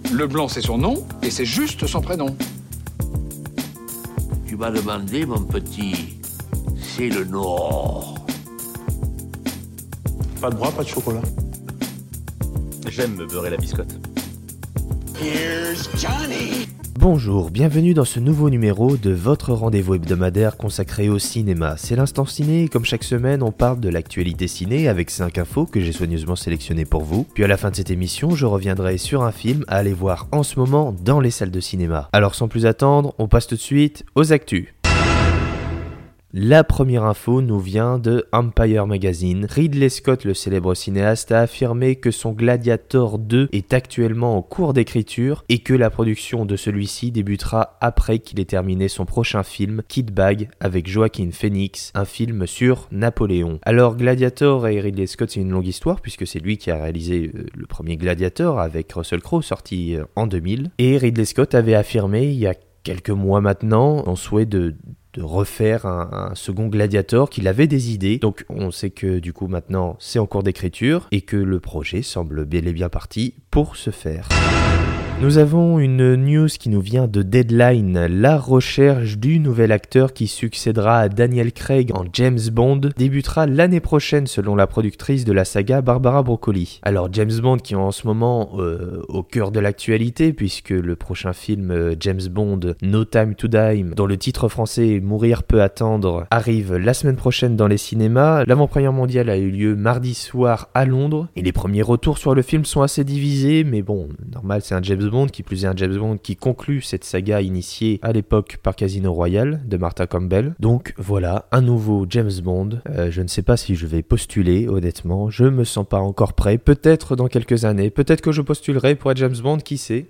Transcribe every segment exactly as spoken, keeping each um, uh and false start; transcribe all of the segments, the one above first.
Le blanc, c'est son nom, et c'est juste son prénom. Tu m'as demandé, mon petit, c'est le Nord. Pas de bras, pas de chocolat. J'aime me beurrer la biscotte. Here's Johnny. Bonjour, bienvenue dans ce nouveau numéro de votre rendez-vous hebdomadaire consacré au cinéma. C'est l'instant ciné et comme chaque semaine, on parle de l'actualité ciné avec cinq infos que j'ai soigneusement sélectionnées pour vous. Puis à la fin de cette émission, je reviendrai sur un film à aller voir en ce moment dans les salles de cinéma. Alors sans plus attendre, on passe tout de suite aux actus. La première info nous vient de Empire Magazine. Ridley Scott, le célèbre cinéaste, a affirmé que son Gladiator deux est actuellement en cours d'écriture et que la production de celui-ci débutera après qu'il ait terminé son prochain film, Kid Bag, avec Joaquin Phoenix, un film sur Napoléon. Alors Gladiator et Ridley Scott, c'est une longue histoire puisque c'est lui qui a réalisé le premier Gladiator avec Russell Crowe, sorti en deux mille. Et Ridley Scott avait affirmé il y a quelques mois maintenant son souhait de de refaire un, un second Gladiator, qu'il avait des idées. Donc on sait que du coup maintenant c'est en cours d'écriture et que le projet semble bel et bien parti pour se faire. Nous avons une news qui nous vient de Deadline. La recherche du nouvel acteur qui succédera à Daniel Craig en James Bond débutera l'année prochaine selon la productrice de la saga Barbara Broccoli. Alors James Bond qui est en ce moment euh, au cœur de l'actualité puisque le prochain film euh, James Bond No Time to Die, dont le titre français est Mourir peut attendre, arrive la semaine prochaine dans les cinémas. L'avant-première mondiale a eu lieu mardi soir à Londres et les premiers retours sur le film sont assez divisés, mais bon, normal, c'est un James Bond, qui plus est un James Bond qui conclut cette saga initiée à l'époque par Casino Royale de Martha Campbell. Donc voilà, un nouveau James Bond. Euh, je ne sais pas si je vais postuler, honnêtement, je me sens pas encore prêt. Peut-être dans quelques années, peut-être que je postulerai pour être James Bond, qui sait.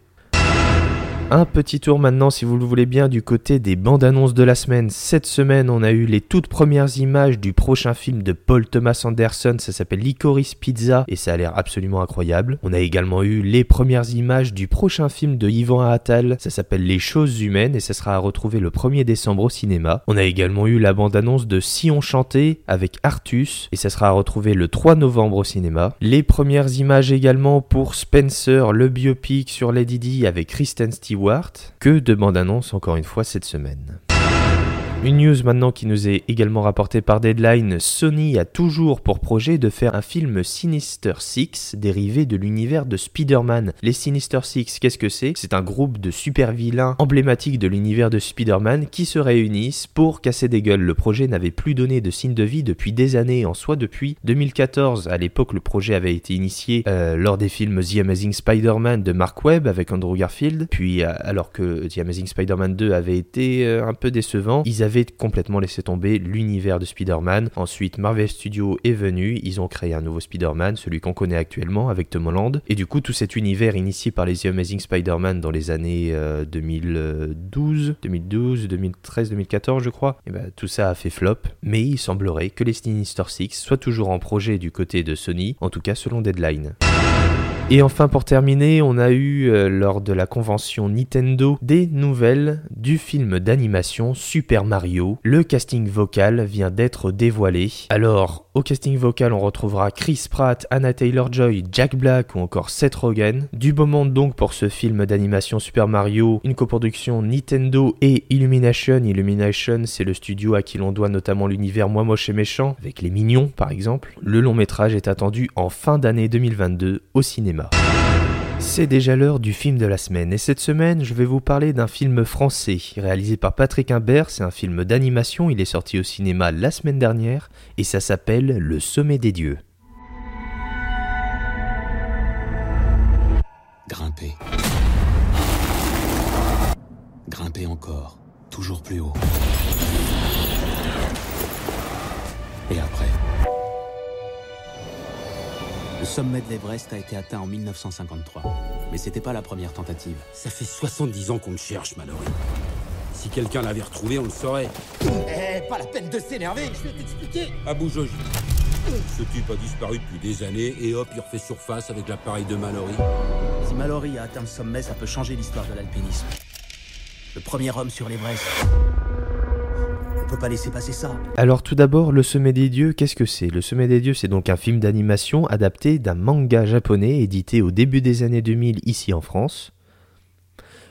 Un petit tour maintenant, si vous le voulez bien, du côté des bandes annonces de la semaine. Cette semaine, on a eu les toutes premières images du prochain film de Paul Thomas Anderson, ça s'appelle Licorice Pizza, et ça a l'air absolument incroyable. On a également eu les premières images du prochain film de Yvan Attal, ça s'appelle Les Choses Humaines, et ça sera à retrouver le premier décembre au cinéma. On a également eu la bande annonce de Sillon Chanté avec Artus, et ça sera à retrouver le trois novembre au cinéma. Les premières images également pour Spencer, le biopic sur Lady Di avec Kristen Stewart. Que de bandes-annonces encore une fois cette semaine. Une news maintenant qui nous est également rapportée par Deadline. Sony a toujours pour projet de faire un film Sinister Six dérivé de l'univers de Spider-Man. Les Sinister Six, qu'est-ce que c'est ? C'est un groupe de super vilains emblématiques de l'univers de Spider-Man qui se réunissent pour casser des gueules. Le projet n'avait plus donné de signe de vie depuis des années, en soi depuis deux mille quatorze. À l'époque, le projet avait été initié euh, lors des films The Amazing Spider-Man de Mark Webb avec Andrew Garfield. Puis euh, alors que The Amazing Spider-Man deux avait été euh, un peu décevant, ils avaient avait complètement laissé tomber l'univers de Spider-Man. Ensuite, Marvel Studios est venu, ils ont créé un nouveau Spider-Man, celui qu'on connaît actuellement avec Tom Holland. Et du coup, tout cet univers initié par les The Amazing Spider-Man dans les années euh, deux mille douze, deux mille douze, deux mille treize, deux mille quatorze, je crois, et ben, tout ça a fait flop. Mais il semblerait que les Sinister Six soient toujours en projet du côté de Sony, en tout cas selon Deadline. Et enfin pour terminer, on a eu euh, lors de la convention Nintendo des nouvelles du film d'animation Super Mario. Le casting vocal vient d'être dévoilé. Alors au casting vocal on retrouvera Chris Pratt, Anna Taylor-Joy, Jack Black ou encore Seth Rogen. Du beau monde donc pour ce film d'animation Super Mario, une coproduction Nintendo et Illumination. Illumination c'est le studio à qui l'on doit notamment l'univers Moi Moche et Méchant, avec les Mignons par exemple. Le long métrage est attendu en fin d'année deux mille vingt-deux au cinéma. C'est déjà l'heure du film de la semaine et cette semaine je vais vous parler d'un film français réalisé par Patrick Imbert. C'est un film d'animation, il est sorti au cinéma la semaine dernière et ça s'appelle Le Sommet des Dieux. Grimper. Grimper encore, toujours plus haut. Et après ? Le sommet de l'Everest a été atteint en mille neuf cent cinquante-trois. Mais c'était pas la première tentative. Ça fait soixante-dix ans qu'on le cherche, Mallory. Si quelqu'un l'avait retrouvé, on le saurait. Eh, pas la peine de s'énerver, je vais t'expliquer. Abou Joji. Ce type a disparu depuis des années et hop, il refait surface avec l'appareil de Mallory. Si Mallory a atteint le sommet, ça peut changer l'histoire de l'alpinisme. Le premier homme sur l'Everest. On peut pas laisser passer ça. Alors tout d'abord, Le Sommet des Dieux, qu'est-ce que c'est ? Le Sommet des Dieux, c'est donc un film d'animation adapté d'un manga japonais édité au début des années deux mille ici en France.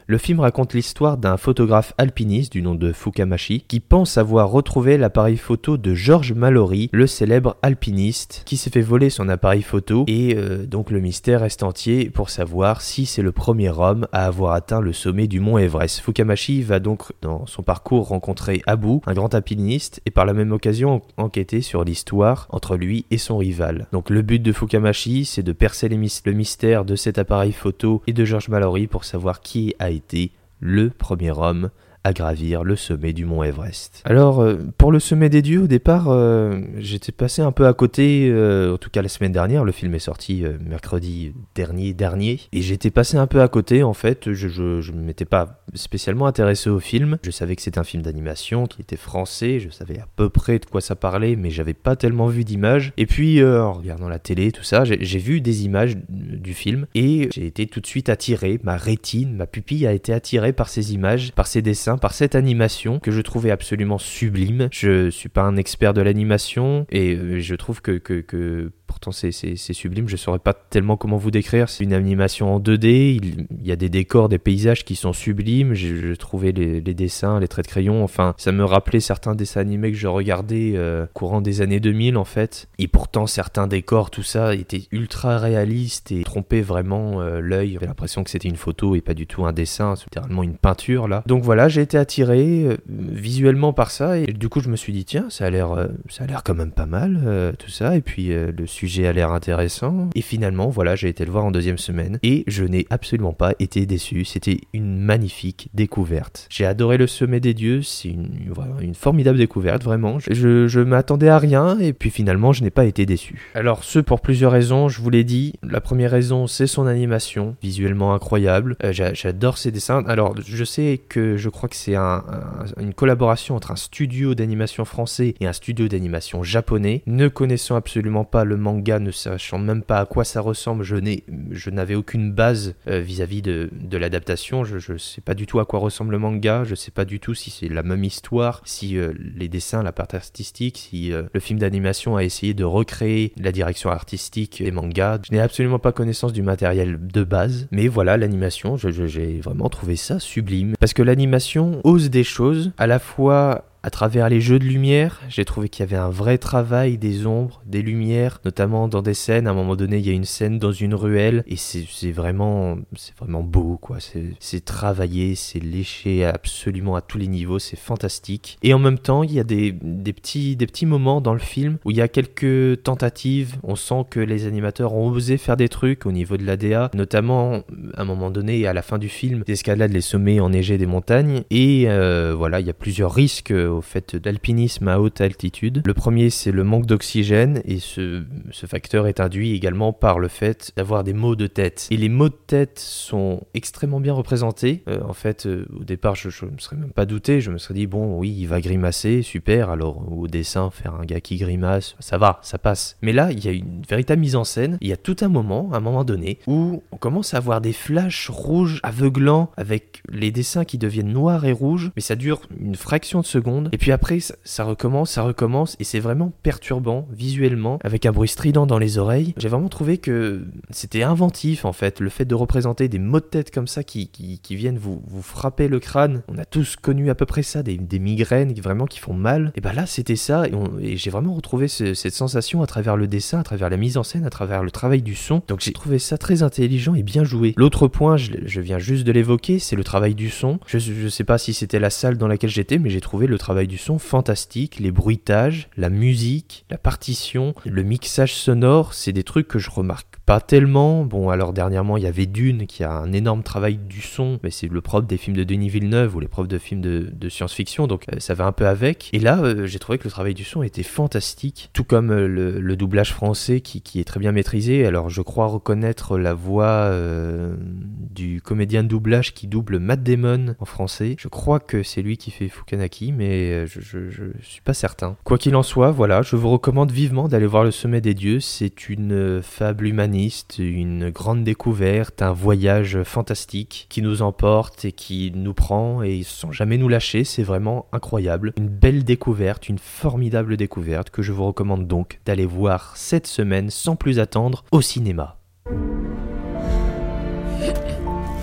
Le film raconte l'histoire d'un photographe alpiniste du nom de Fukamashi qui pense avoir retrouvé l'appareil photo de George Mallory, le célèbre alpiniste qui s'est fait voler son appareil photo, et euh, donc le mystère reste entier pour savoir si c'est le premier homme à avoir atteint le sommet du mont Everest. Fukamashi va donc dans son parcours rencontrer Abu, un grand alpiniste, et par la même occasion enquêter sur l'histoire entre lui et son rival. Donc le but de Fukamashi, c'est de percer les mis- le mystère de cet appareil photo et de George Mallory pour savoir qui a été le premier homme à gravir le sommet du mont Everest. Alors, euh, pour le sommet des dieux, au départ, euh, j'étais passé un peu à côté, euh, en tout cas la semaine dernière, le film est sorti euh, mercredi dernier, dernier, et j'étais passé un peu à côté, en fait, je, je, je ne m'étais pas spécialement intéressé au film, je savais que c'était un film d'animation, qui était français, je savais à peu près de quoi ça parlait, mais j'avais pas tellement vu d'images, et puis, euh, en regardant la télé, tout ça, j'ai, j'ai vu des images du film, et j'ai été tout de suite attiré, ma rétine, ma pupille a été attirée par ces images, par ces dessins, par cette animation que je trouvais absolument sublime. Je suis pas un expert de l'animation et je trouve que, que, que pourtant c'est, c'est, c'est sublime, je saurais pas tellement comment vous décrire. C'est une animation en deux D, il, il y a des décors, des paysages qui sont sublimes, je, je trouvais les, les dessins, les traits de crayon, enfin ça me rappelait certains dessins animés que je regardais euh, courant des années deux mille en fait, et pourtant certains décors, tout ça était ultra réaliste et trompait vraiment euh, l'œil. J'avais l'impression que c'était une photo et pas du tout un dessin, c'est littéralement une peinture là. Donc voilà, j'ai été attiré euh, visuellement par ça, et du coup je me suis dit tiens, ça a l'air, euh, ça a l'air quand même pas mal euh, tout ça, et puis euh, le sujet a l'air intéressant, et finalement voilà, j'ai été le voir en deuxième semaine et je n'ai absolument pas été déçu. C'était une magnifique découverte, j'ai adoré le sommet des dieux, c'est une, une, une formidable découverte, vraiment, je, je m'attendais à rien et puis finalement je n'ai pas été déçu. Alors ce pour plusieurs raisons, je vous l'ai dit, la première raison c'est son animation, visuellement incroyable, euh, j'a, j'adore ses dessins. Alors je sais que je crois que c'est un, un, une collaboration entre un studio d'animation français et un studio d'animation japonais. Ne connaissant absolument pas le manga, ne sachant même pas à quoi ça ressemble, je, n'ai, je n'avais aucune base euh, vis-à-vis de, de l'adaptation. Je ne sais pas du tout à quoi ressemble le manga, je ne sais pas du tout si c'est la même histoire, si euh, les dessins, la part artistique, si euh, le film d'animation a essayé de recréer la direction artistique des mangas. Je n'ai absolument pas connaissance du matériel de base, mais voilà, l'animation, je, je, j'ai vraiment trouvé ça sublime, parce que l'animation ose des choses, à la fois à travers les jeux de lumière. J'ai trouvé qu'il y avait un vrai travail des ombres, des lumières, notamment dans des scènes. À un moment donné, il y a une scène dans une ruelle et c'est, c'est vraiment, c'est vraiment beau, quoi. C'est, c'est travaillé, c'est léché absolument à tous les niveaux, c'est fantastique. Et en même temps, il y a des, des petits, des petits moments dans le film où il y a quelques tentatives. On sent que les animateurs ont osé faire des trucs au niveau de l'A D A, notamment à un moment donné, à la fin du film, d'escalade les sommets enneigés des montagnes. Et euh, voilà, il y a plusieurs risques au fait d'alpinisme à haute altitude. Le premier, c'est le manque d'oxygène, et ce, ce facteur est induit également par le fait d'avoir des maux de tête. Et les maux de tête sont extrêmement bien représentés. Euh, en fait, euh, au départ, je ne me serais même pas douté, je me serais dit, bon, oui, il va grimacer, super, alors au dessin, faire un gars qui grimace, ça va, ça passe. Mais là, il y a une véritable mise en scène, il y a tout un moment, à un moment donné, où on commence à avoir des flashs rouges, aveuglants, avec les dessins qui deviennent noirs et rouges, mais ça dure une fraction de seconde. Et puis après, ça, ça recommence, ça recommence, et c'est vraiment perturbant visuellement, avec un bruit strident dans les oreilles. J'ai vraiment trouvé que c'était inventif, en fait, le fait de représenter des maux de tête comme ça qui, qui, qui viennent vous, vous frapper le crâne. On a tous connu à peu près ça, des, des migraines qui, vraiment qui font mal. Et ben là, c'était ça, et, on, et j'ai vraiment retrouvé ce, cette sensation à travers le dessin, à travers la mise en scène, à travers le travail du son. Donc j'ai trouvé ça très intelligent et bien joué. L'autre point, je, je viens juste de l'évoquer, c'est le travail du son. Je, je sais pas si c'était la salle dans laquelle j'étais, mais j'ai trouvé le travail du son fantastique, les bruitages, la musique, la partition, le mixage sonore, c'est des trucs que je remarque pas tellement. Bon, alors dernièrement, il y avait Dune qui a un énorme travail du son, mais c'est le propre des films de Denis Villeneuve ou les propres de films de, de science-fiction, donc euh, ça va un peu avec. Et là, euh, j'ai trouvé que le travail du son était fantastique, tout comme euh, le, le doublage français qui, qui est très bien maîtrisé. Alors, je crois reconnaître la voix euh, du comédien de doublage qui double Matt Damon en français. Je crois que c'est lui qui fait Fukanaki, mais je, je, je suis pas certain. Quoi qu'il en soit, voilà, je vous recommande vivement d'aller voir Le Sommet des Dieux. C'est une fable humaniste, une grande découverte, un voyage fantastique qui nous emporte et qui nous prend et sans jamais nous lâcher. C'est vraiment incroyable. Une belle découverte, une formidable découverte que je vous recommande donc d'aller voir cette semaine sans plus attendre au cinéma.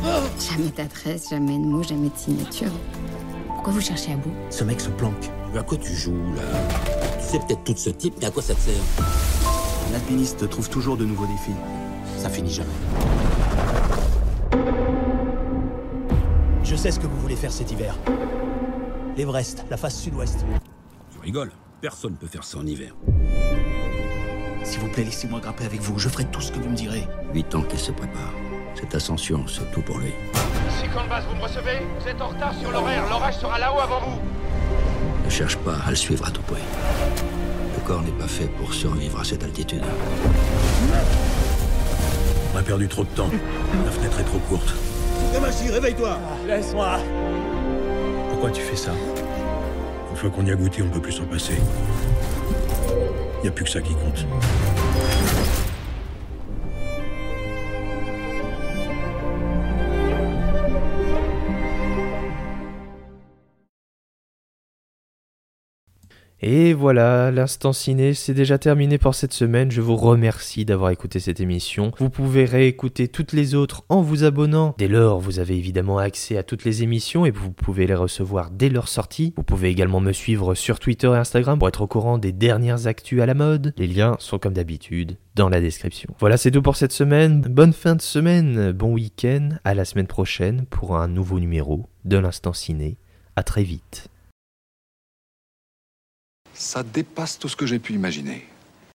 Jamais d'adresse, jamais de mots, jamais de signature. Pourquoi vous cherchez à bout? Ce mec se planque. À quoi tu joues, là? Tu sais peut-être tout de ce type, mais à quoi ça te sert? Un alpiniste trouve toujours de nouveaux défis. Ça finit jamais. Je sais ce que vous voulez faire cet hiver. L'Everest, la face sud-ouest. Tu rigoles. Personne peut faire ça en hiver. S'il vous plaît, laissez-moi grimper avec vous. Je ferai tout ce que vous me direz. Huit ans qu'il se prépare. Cette ascension, c'est tout pour lui. Seacon Base, vous me recevez? Vous êtes en retard sur l'horaire. L'orage sera là-haut avant vous. Ne cherche pas à le suivre à tout prix. Le corps n'est pas fait pour survivre à cette altitude. On a perdu trop de temps. La fenêtre est trop courte. Damashi, réveille-toi. Laisse-moi. Pourquoi tu fais ça? Une fois qu'on y a goûté, on peut plus s'en passer. Y a plus que ça qui compte. Et voilà, l'instant ciné, c'est déjà terminé pour cette semaine. Je vous remercie d'avoir écouté cette émission. Vous pouvez réécouter toutes les autres en vous abonnant. Dès lors, vous avez évidemment accès à toutes les émissions et vous pouvez les recevoir dès leur sortie. Vous pouvez également me suivre sur Twitter et Instagram pour être au courant des dernières actus à la mode. Les liens sont comme d'habitude dans la description. Voilà, c'est tout pour cette semaine. Bonne fin de semaine, bon week-end. À la semaine prochaine pour un nouveau numéro de l'instant ciné. À très vite. Ça dépasse tout ce que j'ai pu imaginer.